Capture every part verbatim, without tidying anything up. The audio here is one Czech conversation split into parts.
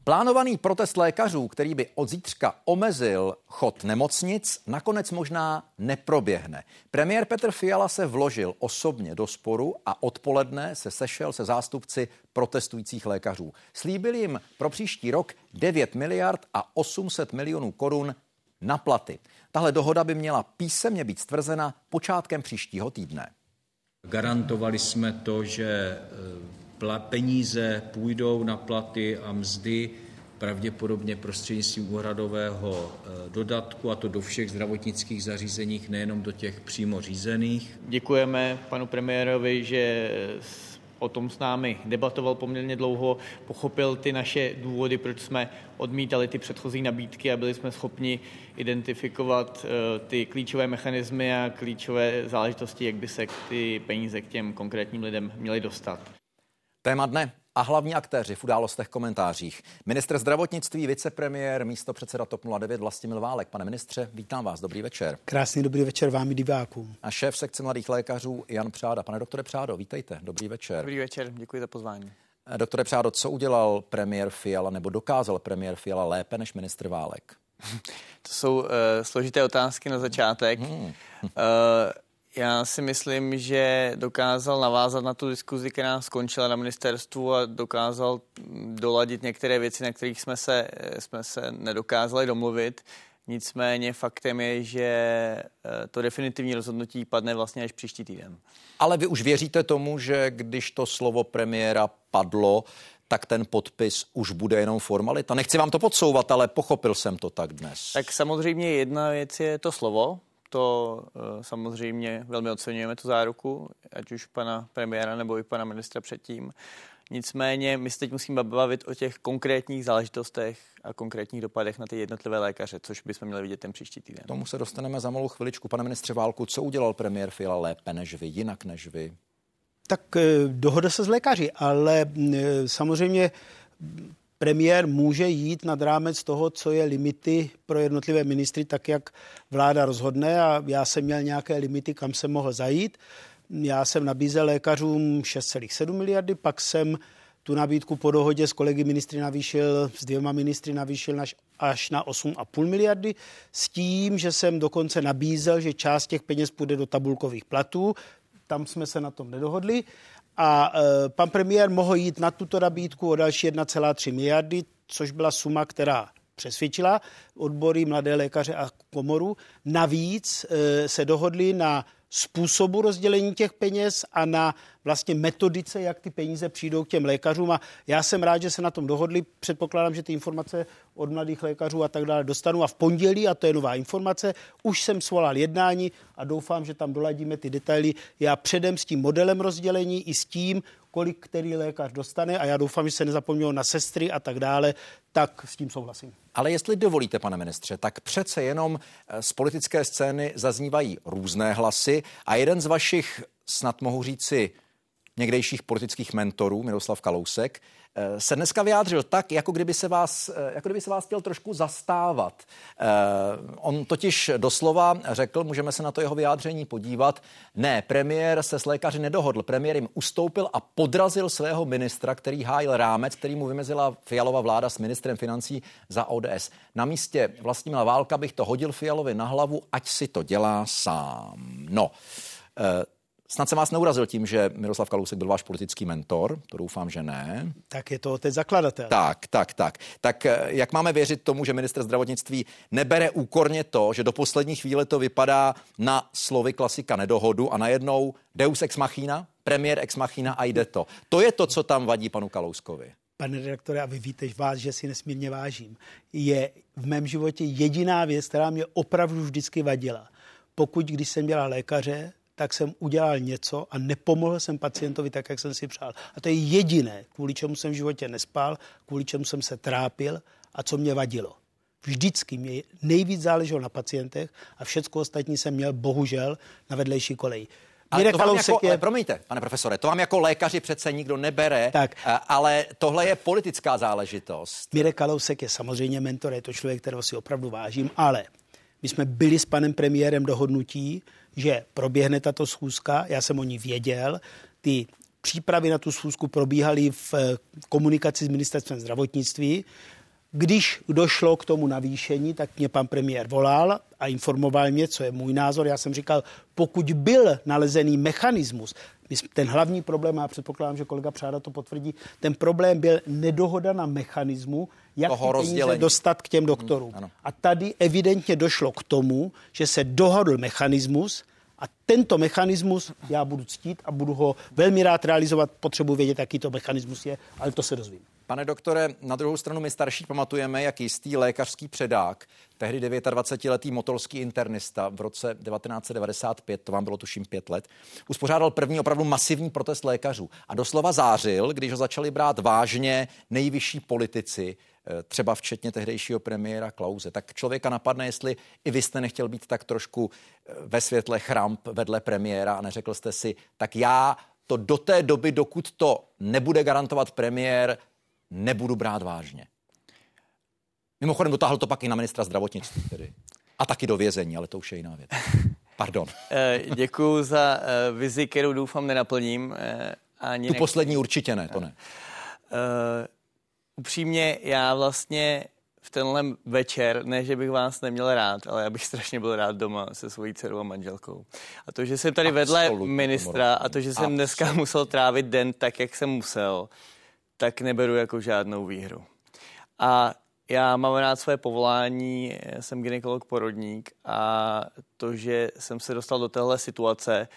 Plánovaný protest lékařů, který by od zítřka omezil chod nemocnic, nakonec možná neproběhne. Premiér Petr Fiala se vložil osobně do sporu a odpoledne se sešel se zástupci protestujících lékařů. Slíbil jim pro příští rok devět miliard a osm set milionů korun na platy. Tahle dohoda by měla písemně být stvrzena počátkem příštího týdne. Garantovali jsme to, že peníze půjdou na platy a mzdy pravděpodobně prostřednictvím úhradového dodatku, a to do všech zdravotnických zařízeních, nejenom do těch přímo řízených. Děkujeme panu premiérovi, že o tom s námi debatoval poměrně dlouho, pochopil ty naše důvody, proč jsme odmítali ty předchozí nabídky a byli jsme schopni identifikovat ty klíčové mechanismy a klíčové záležitosti, jak by se ty peníze k těm konkrétním lidem měly dostat. Téma dne a hlavní aktéři v Událostech komentářích. Ministr zdravotnictví, vicepremiér, místopředseda TOP nula devět Vlastimil Válek. Pane ministře, vítám vás, dobrý večer. Krásný dobrý večer vám i divákům. A šéf sekce mladých lékařů Jan Přáda. Pane doktore Přádo, vítejte, dobrý večer. Dobrý večer, děkuji za pozvání. Doktore Přádo, co udělal premiér Fiala nebo dokázal premiér Fiala lépe než ministr Válek? To jsou uh, složité otázky na začátek. Hmm. uh, Já si myslím, že dokázal navázat na tu diskuzi, která skončila na ministerstvu, a dokázal doladit některé věci, na kterých jsme se, jsme se nedokázali domluvit. Nicméně faktem je, že to definitivní rozhodnutí padne vlastně až příští týden. Ale vy už věříte tomu, že když to slovo premiéra padlo, tak ten podpis už bude jenom formalita? Nechci vám to podsouvat, ale pochopil jsem to tak dnes. Tak samozřejmě jedna věc je to slovo. To uh, samozřejmě velmi oceňujeme, tu záruku, ať už pana premiéra nebo i pana ministra předtím. Nicméně my se teď musíme bavit o těch konkrétních záležitostech a konkrétních dopadech na ty jednotlivé lékaře, což bychom měli vidět ten příští týden. Tomu se dostaneme za malou chviličku. Pane ministře Válku, co udělal premiér Fiala lépe než vy, jinak než vy? Tak dohoda se s lékaři, ale samozřejmě premiér může jít nad rámec toho, co je limity pro jednotlivé ministry, tak jak vláda rozhodne, a já jsem měl nějaké limity, kam jsem mohl zajít. Já jsem nabízel lékařům šest celá sedm miliardy, pak jsem tu nabídku po dohodě s kolegy ministry navýšil, s dvěma ministry navýšil až na osm celá pět miliardy, s tím, že jsem dokonce nabízel, že část těch peněz půjde do tabulkových platů. Tam jsme se na tom nedohodli. A e, pan premiér mohl jít na tuto nabídku o další jedna celá tři miliardy, což byla suma, která přesvědčila odbory, mladé lékaře a komoru. Navíc e, se dohodli na způsobu rozdělení těch peněz a na vlastně metodice, jak ty peníze přijdou k těm lékařům. A já jsem rád, že se na tom dohodli. Předpokládám, že ty informace od mladých lékařů a tak dále dostanu. A v pondělí, a to je nová informace, už jsem svolal jednání a doufám, že tam doladíme ty detaily. Já předem s tím modelem rozdělení i s tím, kolik který lékař dostane, a já doufám, že se nezapomnělo na sestry a tak dále, tak s tím souhlasím. Ale jestli dovolíte, pane ministře, tak přece jenom z politické scény zaznívají různé hlasy a jeden z vašich, snad mohu říci, někdejších politických mentorů, Miroslav Kalousek, se dneska vyjádřil tak, jako kdyby se vás, jako kdyby se vás chtěl trošku zastávat. On totiž doslova řekl, můžeme se na to jeho vyjádření podívat, ne, premiér se s lékaři nedohodl, premiér jim ustoupil a podrazil svého ministra, který hájil rámec, který mu vymezila Fialova vláda s ministrem financí za O D S. Na místě Vlastimila Válka bych to hodil Fialovi na hlavu, ať si to dělá sám. No, snad jsem vás neurazil tím, že Miroslav Kalousek byl váš politický mentor, to doufám, že ne. Tak je to otec zakladatel. Tak, tak, tak. Tak jak máme věřit tomu, že ministr zdravotnictví nebere úkorně to, že do poslední chvíle to vypadá na slovy klasika nedohodu a najednou deus ex machina, premiér ex machina a jde to. To je to, co tam vadí panu Kalouskovi. Pane redaktore, a vy víte vás, že si nesmírně vážím. Je v mém životě jediná věc, která mě opravdu vždycky vadila. Pokud, když jsem dělal lékaře, tak jsem udělal něco a nepomohl jsem pacientovi tak, jak jsem si přál. A to je jediné, kvůli čemu jsem v životě nespal, kvůli čemu jsem se trápil a co mě vadilo. Vždycky mě nejvíc záleželo na pacientech a všecko ostatní jsem měl bohužel na vedlejší koleji. Ale to vám jako, je... promiňte, pane profesore, to vám jako lékaři přece nikdo nebere, tak, ale tohle je politická záležitost. Mirek Kalousek je samozřejmě mentor, je to člověk, kterého si opravdu vážím, ale my jsme byli s panem premiérem dohodnutí, že proběhne tato schůzka, já jsem o ní věděl, ty přípravy na tu schůzku probíhaly v komunikaci s ministerstvem zdravotnictví. Když došlo k tomu navýšení, tak mě pan premiér volal a informoval mě, co je můj názor. Já jsem říkal, pokud byl nalezený mechanismus, ten hlavní problém, a předpokládám, že kolega Přáda to potvrdí, ten problém byl nedohoda na mechanismu, jak ty peníze dostat k těm doktorům. Hmm, a tady evidentně došlo k tomu, že se dohodl mechanismus a tento mechanismus já budu ctít a budu ho velmi rád realizovat. Potřebuji vědět, jaký to mechanismus je, ale to se dozvím. Pane doktore, na druhou stranu my starší pamatujeme, jak jistý lékařský předák, tehdy dvacetidevětiletý motolský internista v roce devatenáct set devadesát pět, to vám bylo tuším pět let, uspořádal první opravdu masivní protest lékařů a doslova zářil, když ho začali brát vážně nejvyšší politici, třeba včetně tehdejšího premiéra Klause. Tak člověka napadne, jestli i vy jste nechtěl být tak trošku ve světle chramp vedle premiéra a neřekl jste si, tak já to do té doby, dokud to nebude garantovat premiér, nebudu brát vážně. Mimochodem dotáhl to pak i na ministra zdravotnictví tedy. A taky do vězení, ale to už je jiná věc. Pardon. Děkuju za vizi, kterou doufám nenaplním. Ani tu nech... poslední určitě ne, to ne. Uh, upřímně, já vlastně v tenhle večer, ne, že bych vás neměl rád, ale já bych strašně byl rád doma se svojí dcerou a manželkou. A to, že jsem tady vedle ministra a to, že jsem dneska musel trávit den tak, jak jsem musel, tak neberu jako žádnou výhru. A já mám rád své povolání, jsem gynekolog porodník a to, že jsem se dostal do téhle situace,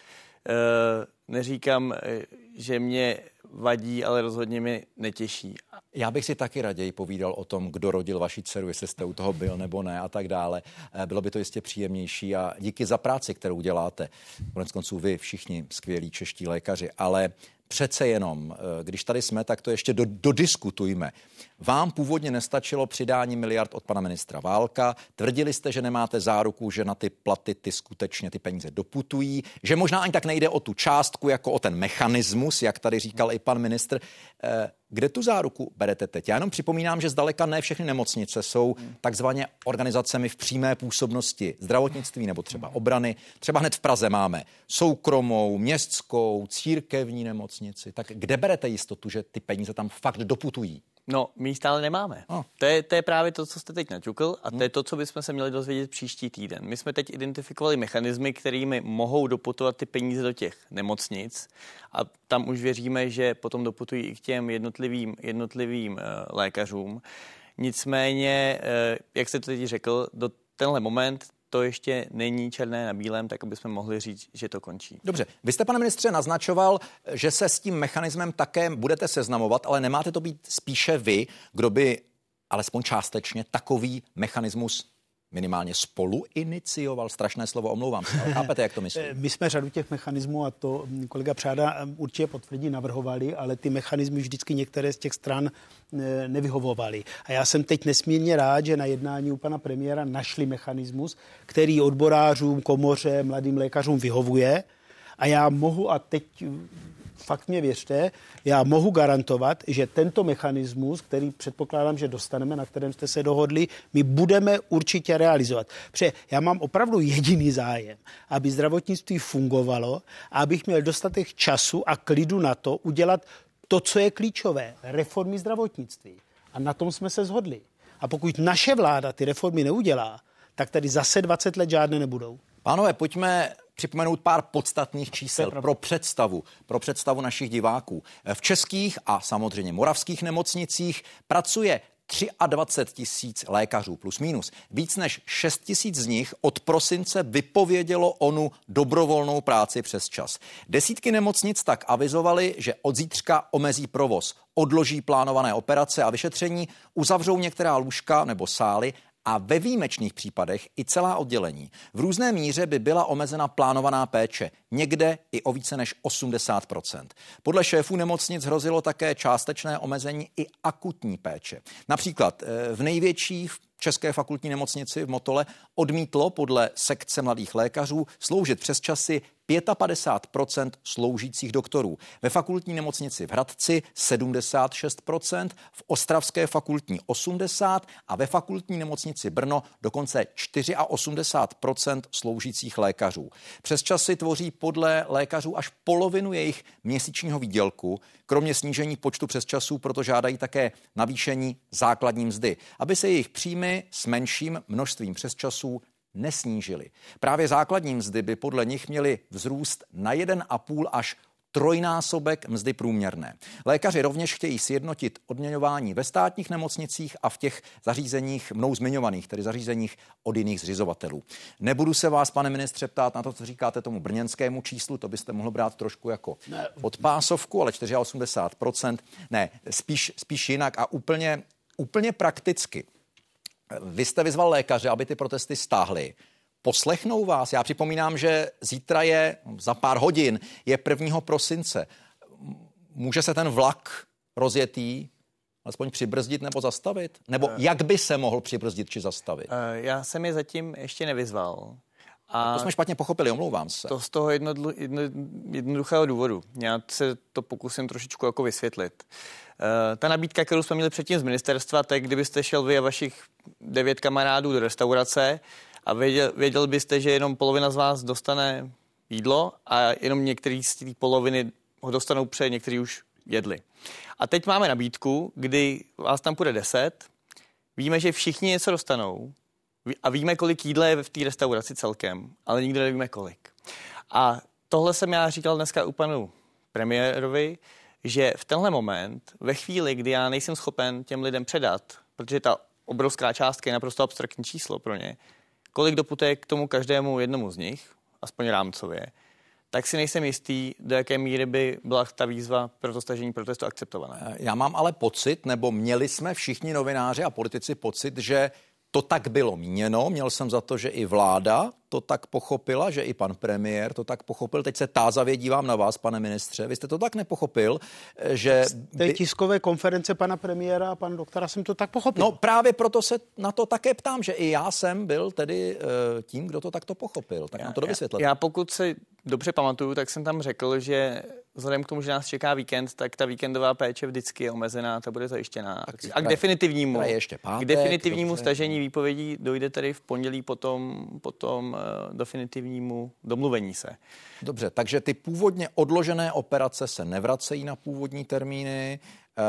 neříkám, že mě vadí, ale rozhodně mě netěší. Já bych si taky raději povídal o tom, kdo rodil vaši dceru, jestli jste u toho byl nebo ne a tak dále. Bylo by to jistě příjemnější a díky za práci, kterou děláte. Konec konců vy všichni skvělí čeští lékaři, ale přece jenom, když tady jsme, tak to ještě dodiskutujme. Vám původně nestačilo přidání miliard od pana ministra Válka. Tvrdili jste, že nemáte záruku, že na ty platy ty skutečně ty peníze doputují, že možná ani tak nejde o tu částku, jako o ten mechanismus, jak tady říkal i pan ministr. Kde tu záruku berete teď? Já jenom připomínám, že zdaleka ne všechny nemocnice jsou takzvaně organizacemi v přímé působnosti zdravotnictví nebo třeba obrany. Třeba hned v Praze máme soukromou, městskou, církevní nemocnici. Tak kde berete jistotu, že ty peníze tam fakt doputují? No, my stále nemáme. Oh. To, je, to je právě to, co jste teď naťukl a to je to, co bychom se měli dozvědět příští týden. My jsme teď identifikovali mechanismy, kterými mohou doputovat ty peníze do těch nemocnic a tam už věříme, že potom doputují i k těm jednotlivým, jednotlivým uh, lékařům. Nicméně, uh, jak jste to teď řekl, do tenhle moment to ještě není černé na bílém, tak abychom mohli říct, že to končí. Dobře, vy jste, pane ministře, naznačoval, že se s tím mechanismem také budete seznamovat, ale nemáte to být spíše vy, kdo by alespoň částečně takový mechanismus minimálně spolu inicioval. Strašné slovo, omlouvám se, ale chápete, jak to myslím? My jsme řadu těch mechanismů, a to kolega Přáda určitě potvrdí, navrhovali, ale ty mechanismy vždycky některé z těch stran nevyhovovaly. A já jsem teď nesmírně rád, že na jednání u pana premiéra našli mechanismus, který odborářům, komoře, mladým lékařům vyhovuje. A já mohu, a teď fakt mě věřte, já mohu garantovat, že tento mechanismus, který předpokládám, že dostaneme, na kterém jste se dohodli, my budeme určitě realizovat. Protože já mám opravdu jediný zájem, aby zdravotnictví fungovalo a abych měl dostatek času a klidu na to udělat to, co je klíčové, reformy zdravotnictví. A na tom jsme se shodli. A pokud naše vláda ty reformy neudělá, tak tady zase dvacet let žádné nebudou. Pánové, půjďme připomenout pár podstatných čísel pro představu, pro představu našich diváků. V českých a samozřejmě moravských nemocnicích pracuje dvacet tři tisíc lékařů plus minus. Víc než šest tisíc z nich od prosince vypovědělo onu dobrovolnou práci přes čas. Desítky nemocnic tak avizovaly, že od zítřka omezí provoz, odloží plánované operace a vyšetření, uzavřou některá lůžka nebo sály a ve výjimečných případech i celá oddělení. V různé míře by byla omezena plánovaná péče, někde i o více než osmdesát procent. Podle šéfů nemocnic hrozilo také částečné omezení i akutní péče. Například v největších České fakultní nemocnici v Motole odmítlo podle sekce mladých lékařů sloužit přesčasy padesát pět procent sloužících doktorů. Ve fakultní nemocnici v Hradci sedmdesát šest procent, v Ostravské fakultní osmdesát procent a ve fakultní nemocnici Brno dokonce osmdesát čtyři procent sloužících lékařů. Přesčasy tvoří podle lékařů až polovinu jejich měsíčního výdělku. Kromě snížení počtu přesčasů proto žádají také navýšení základní mzdy, aby se jejich příjmy s menším množstvím přesčasů nesnížily. Právě základní mzdy by podle nich měly vzrůst na jeden a půl až trojnásobek mzdy průměrné. Lékaři rovněž chtějí sjednotit odměňování ve státních nemocnicích a v těch zařízeních mnou zmiňovaných, tedy zařízeních od jiných zřizovatelů. Nebudu se vás, pane ministře, ptát na to, co říkáte tomu brněnskému číslu, to byste mohl brát trošku jako podpásovku, ale osmdesát čtyři procent. Ne, spíš, spíš jinak a úplně, úplně prakticky. Vy jste vyzval lékaře, aby ty protesty stáhli. Poslechnou vás? Já připomínám, že zítra je, za pár hodin, je prvního prosince. Může se ten vlak rozjetý alespoň přibrzdit nebo zastavit? Nebo jak by se mohl přibrzdit či zastavit? Já jsem je zatím ještě nevyzval. A to jsme špatně pochopili, omlouvám se. To z toho jednodlu, jedno, jednoduchého důvodu. Já se to pokusím trošičku jako vysvětlit. Uh, ta nabídka, kterou jsme měli předtím z ministerstva, tak kdybyste šel vy a vašich devět kamarádů do restaurace a věděl, věděl byste, že jenom polovina z vás dostane jídlo a jenom některý z té poloviny ho dostanou před, někteří už jedli. A teď máme nabídku, kdy vás tam půjde deset, víme, že všichni něco dostanou a víme, kolik jídla je v té restauraci celkem, ale nikdo nevíme kolik. A tohle jsem já říkal dneska u panu premiérovi, že v tenhle moment, ve chvíli, kdy já nejsem schopen těm lidem předat, protože ta obrovská částka je naprosto abstraktní číslo pro ně, kolik doputuje k tomu každému jednomu z nich, aspoň rámcově, tak si nejsem jistý, do jaké míry by byla ta výzva pro to stažení protestu akceptovaná. Já mám ale pocit, nebo měli jsme všichni novináři a politici pocit, že to tak bylo míněno. Měl jsem za to, že i vláda to tak pochopila, že i pan premiér to tak pochopil. Teď se tázavě dívám na vás, pane ministře. Vy jste to tak nepochopil, že... Z té by... tiskové konference pana premiéra a pana doktora jsem to tak pochopil. No právě proto se na to také ptám, že i já jsem byl tedy uh, tím, kdo to takto pochopil. Tak já, nám to dovysvětlete. Já, já pokud se dobře pamatuju, tak jsem tam řekl, že vzhledem k tomu, že nás čeká víkend, tak ta víkendová péče vždycky je omezená, ta bude zajištěná. A k definitivnímu, ještě pátek, k definitivnímu dobře. stažení výpovědí dojde tedy v pondělí potom, potom uh, definitivnímu domluvení se. Dobře, takže ty původně odložené operace se nevracejí na původní termíny,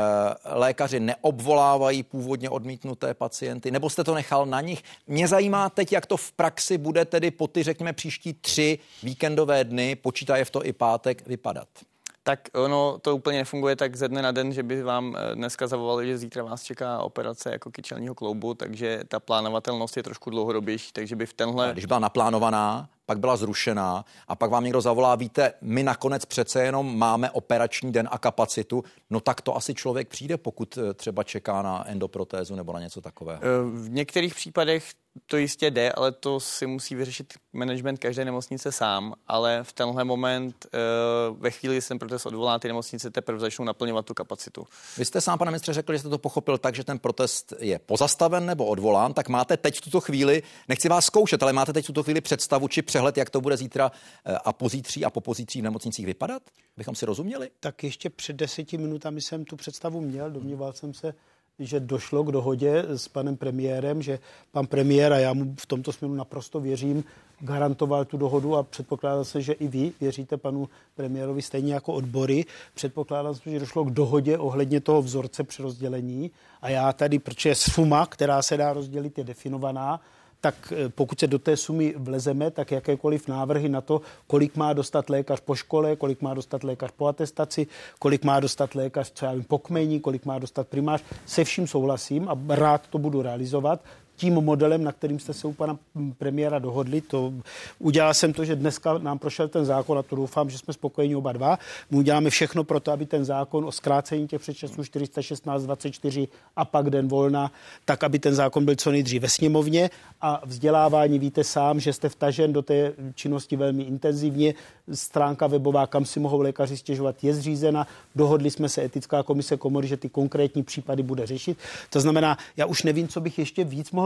lékaři neobvolávají původně odmítnuté pacienty, nebo jste to nechal na nich? Mě zajímá teď, jak to v praxi bude tedy po ty, řekněme, příští tři víkendové dny, počítaje v to i pátek, vypadat. Tak ono to úplně nefunguje tak ze dne na den, že by vám dneska zavolali, že zítra vás čeká operace jako kyčelního kloubu, takže ta plánovatelnost je trošku dlouhodobější, takže by v tenhle... A když byla naplánovaná, pak byla zrušená a pak vám někdo zavolá, víte, my nakonec přece jenom máme operační den a kapacitu, no tak to asi člověk přijde, pokud třeba čeká na endoprotézu nebo na něco takového. V některých případech to jistě jde, ale to si musí vyřešit management každé nemocnice sám, ale v tenhle moment ve chvíli, kdy se ten protest odvolá, ty nemocnice teprve začnou naplňovat tu kapacitu. Vy jste sám, pane ministře, řekl, že jste to pochopil tak, že ten protest je pozastaven nebo odvolán, tak máte teď v tuto chvíli, nechci vás zkoušet, ale máte teď v tuto chvíli představu či přehled, jak to bude zítra a pozítří a po pozítří v nemocnicích vypadat? Bychom si rozuměli? Tak ještě před deseti minutami jsem tu představu měl, domníval jsem se, že došlo k dohodě s panem premiérem, že pan premiér, a já mu v tomto směru naprosto věřím, garantoval tu dohodu a předpokládal se, že i vy věříte panu premiérovi stejně jako odbory. Předpokládal jsem, že došlo k dohodě ohledně toho vzorce přerozdělení a já tady, protože suma, která se dá rozdělit, je definovaná, tak pokud se do té sumy vlezeme, tak jakékoliv návrhy na to, kolik má dostat lékař po škole, kolik má dostat lékař po atestaci, kolik má dostat lékař, co já vím, po kmeni, kolik má dostat primář, se vším souhlasím a rád to budu realizovat. Tím modelem, na kterým jste se u pana premiéra dohodli, to udělal jsem to, že dneska nám prošel ten zákon a to doufám, že jsme spokojeni oba dva. My uděláme všechno pro to, aby ten zákon o zkrácení těch předčasů čtyři sta šestnáct dvacet čtyři a pak den volna, tak aby ten zákon byl co nejdřív ve sněmovně a vzdělávání víte sám, že jste vtažen do té činnosti velmi intenzivně. Stránka webová, kam si mohou lékaři stěžovat, je zřízena. Dohodli jsme se etická komise komory, že ty konkrétní případy bude řešit. To znamená, já už nevím, co bych ještě víc mohl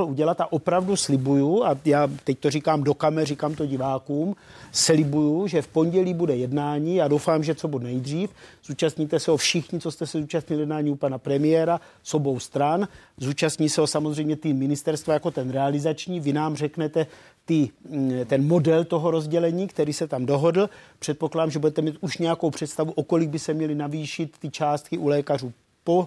mohl udělat a opravdu slibuju, a já teď to říkám do kamer, říkám to divákům, slibuju, že v pondělí bude jednání a doufám, že co bude nejdřív. Zúčastníte se ho všichni, co jste se zúčastnili jednání u pana premiéra s obou stran. Zúčastní se ho samozřejmě tým ministerstva jako ten realizační. Vy nám řeknete ty, ten model toho rozdělení, který se tam dohodl. Předpokládám, že budete mít už nějakou představu, o kolik by se měly navýšit ty částky u lékařů po,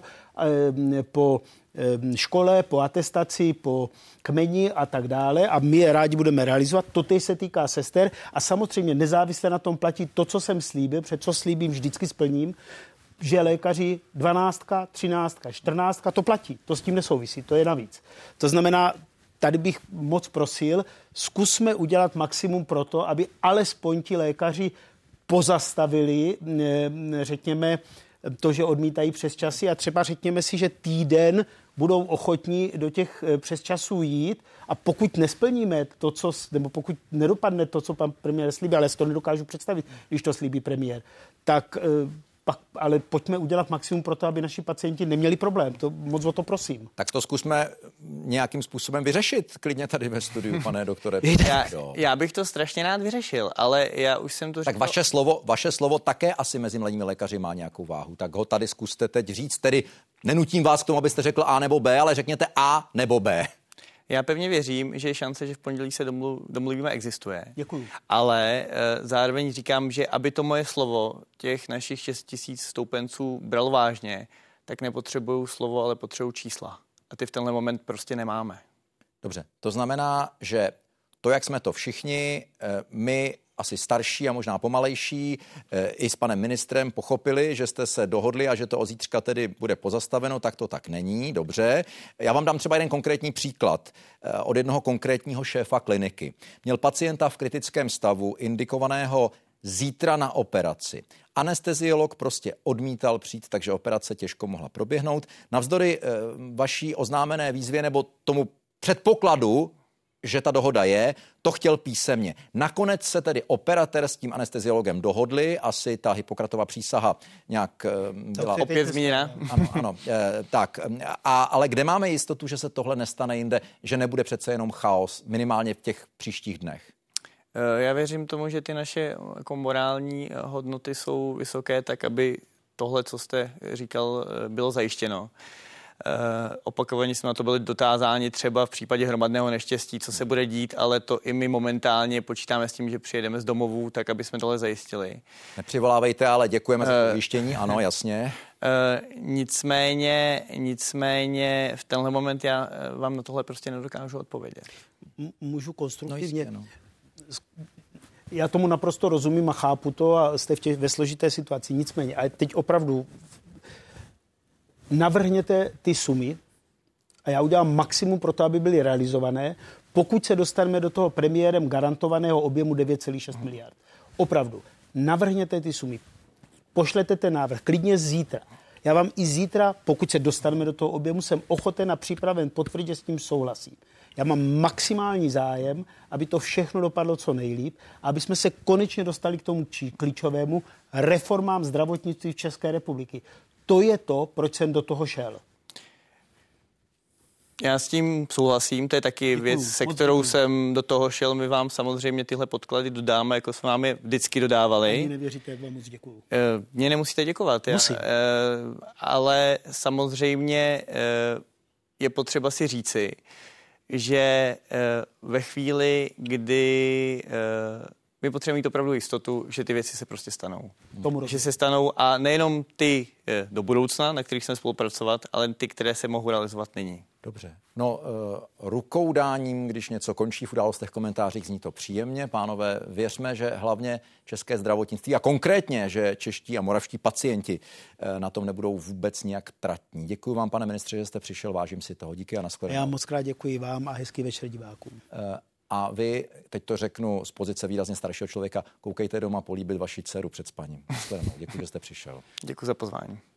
po škole, po atestaci, po kmeni a tak dále a my je rádi budeme realizovat. Totéž se týká sester a samozřejmě nezávisle na tom platí to, co jsem slíbil, před co slíbím, vždycky splním, že lékaři dvanáctka, třináctka, čtrnáctka, to platí. To s tím nesouvisí, to je navíc. To znamená, tady bych moc prosil, zkusme udělat maximum pro to, aby alespoň ti lékaři pozastavili, řekněme, to, že odmítají přesčasy a třeba řekněme si, že týden budou ochotní do těch přesčasů jít a pokud nesplníme to, co, nebo pokud nedopadne to, co pan premiér slíbí, ale to nedokážu představit, když to slíbí premiér, tak pak, ale pojďme udělat maximum pro to, aby naši pacienti neměli problém. To moc o to prosím. Tak to zkusme nějakým způsobem vyřešit klidně tady ve studiu, pane doktore. Já, já bych to strašně rád vyřešil, ale já už jsem to řekl. Tak vaše slovo, vaše slovo také asi mezi mladými lékaři má nějakou váhu. Tak ho tady zkuste teď říct. Tedy nenutím vás k tomu, abyste řekl A nebo B, ale řekněte A nebo B. Já pevně věřím, že šance, že v pondělí se domluv, domluvíme, existuje. Děkuju. Ale e, zároveň říkám, že aby to moje slovo těch našich šest tisíc stoupenců bral vážně, tak nepotřebuju slovo, ale potřebuju čísla. A ty v tenhle moment prostě nemáme. Dobře, to znamená, že to, jak jsme to všichni, e, my asi starší a možná pomalejší, e, i s panem ministrem pochopili, že jste se dohodli a že to od zítřka tedy bude pozastaveno, tak to tak není, dobře. Já vám dám třeba jeden konkrétní příklad e, od jednoho konkrétního šéfa kliniky. Měl pacienta v kritickém stavu, indikovaného zítra na operaci. Anesteziolog prostě odmítal přijít, takže operace těžko mohla proběhnout. Navzdory e, vaší oznámené výzvě nebo tomu předpokladu, že ta dohoda je, to chtěl písemně. Nakonec se tedy operatér s tím anesteziologem dohodli, asi ta Hippokratova přísaha nějak byla opět zmíněna. Ano, ano, e, tak. A, ale kde máme jistotu, že se tohle nestane jinde, že nebude přece jenom chaos, minimálně v těch příštích dnech? Já věřím tomu, že ty naše jako morální hodnoty jsou vysoké, tak aby tohle, co jste říkal, bylo zajištěno. Uh, opakovaně jsme na to byli dotázáni třeba v případě hromadného neštěstí, co se bude dít, ale to i my momentálně počítáme s tím, že přijedeme z domovů, tak aby jsme tohle zajistili. Nepřivolávejte, ale děkujeme uh, za ujištění, ano, jasně. Uh, nicméně, nicméně v tenhle moment já vám na tohle prostě nedokážu odpovědět. M- můžu konstruktivně? No jistě, no. Já tomu naprosto rozumím a chápu to a jste v těch, ve složité situaci. Nicméně, ale teď opravdu navrhněte ty sumy a já udělám maximum pro to, aby byly realizované, pokud se dostaneme do toho premiérem garantovaného objemu devět celá šest miliard. Opravdu, navrhněte ty sumy, pošlete ten návrh, klidně zítra. Já vám i zítra, pokud se dostaneme do toho objemu, jsem ochoten a připraven potvrdit, že s tím souhlasím. Já mám maximální zájem, aby to všechno dopadlo co nejlíp, aby jsme se konečně dostali k tomu či, klíčovému reformám zdravotnictví v České republiky. To je to, proč jsem do toho šel. Já s tím souhlasím, to je taky děkuju, věc, se kterou děkuju. jsem do toho šel. My vám samozřejmě tyhle podklady dodáme, jako jsme vám je vždycky dodávali. Ani nevěříte, jak vám moc děkuju. Mně nemusíte děkovat. Musím. Já, ale samozřejmě je potřeba si říci, že ve chvíli, kdy my potřebujeme mít opravdu jistotu, že ty věci se prostě stanou. Tomu že se stanou a nejenom ty do budoucna, na kterých chceme spolupracovat, ale ty, které se mohou realizovat nyní. Dobře. No, uh, rukou dáním, když něco končí v Událostech, komentářích, zní to příjemně. Pánové, věřme, že hlavně české zdravotnictví a konkrétně, že čeští a moravští pacienti uh, na tom nebudou vůbec nějak tratní. Děkuji vám, pane ministře, že jste přišel, vážím si toho. Díky a nashledanou. Já moc krát děkuji vám a hezký večer divákům. Uh, A vy, teď to řeknu z pozice výrazně staršího člověka, koukejte doma políbit vaši dceru před spaním. Děkuji, že jste přišel. Děkuji za pozvání.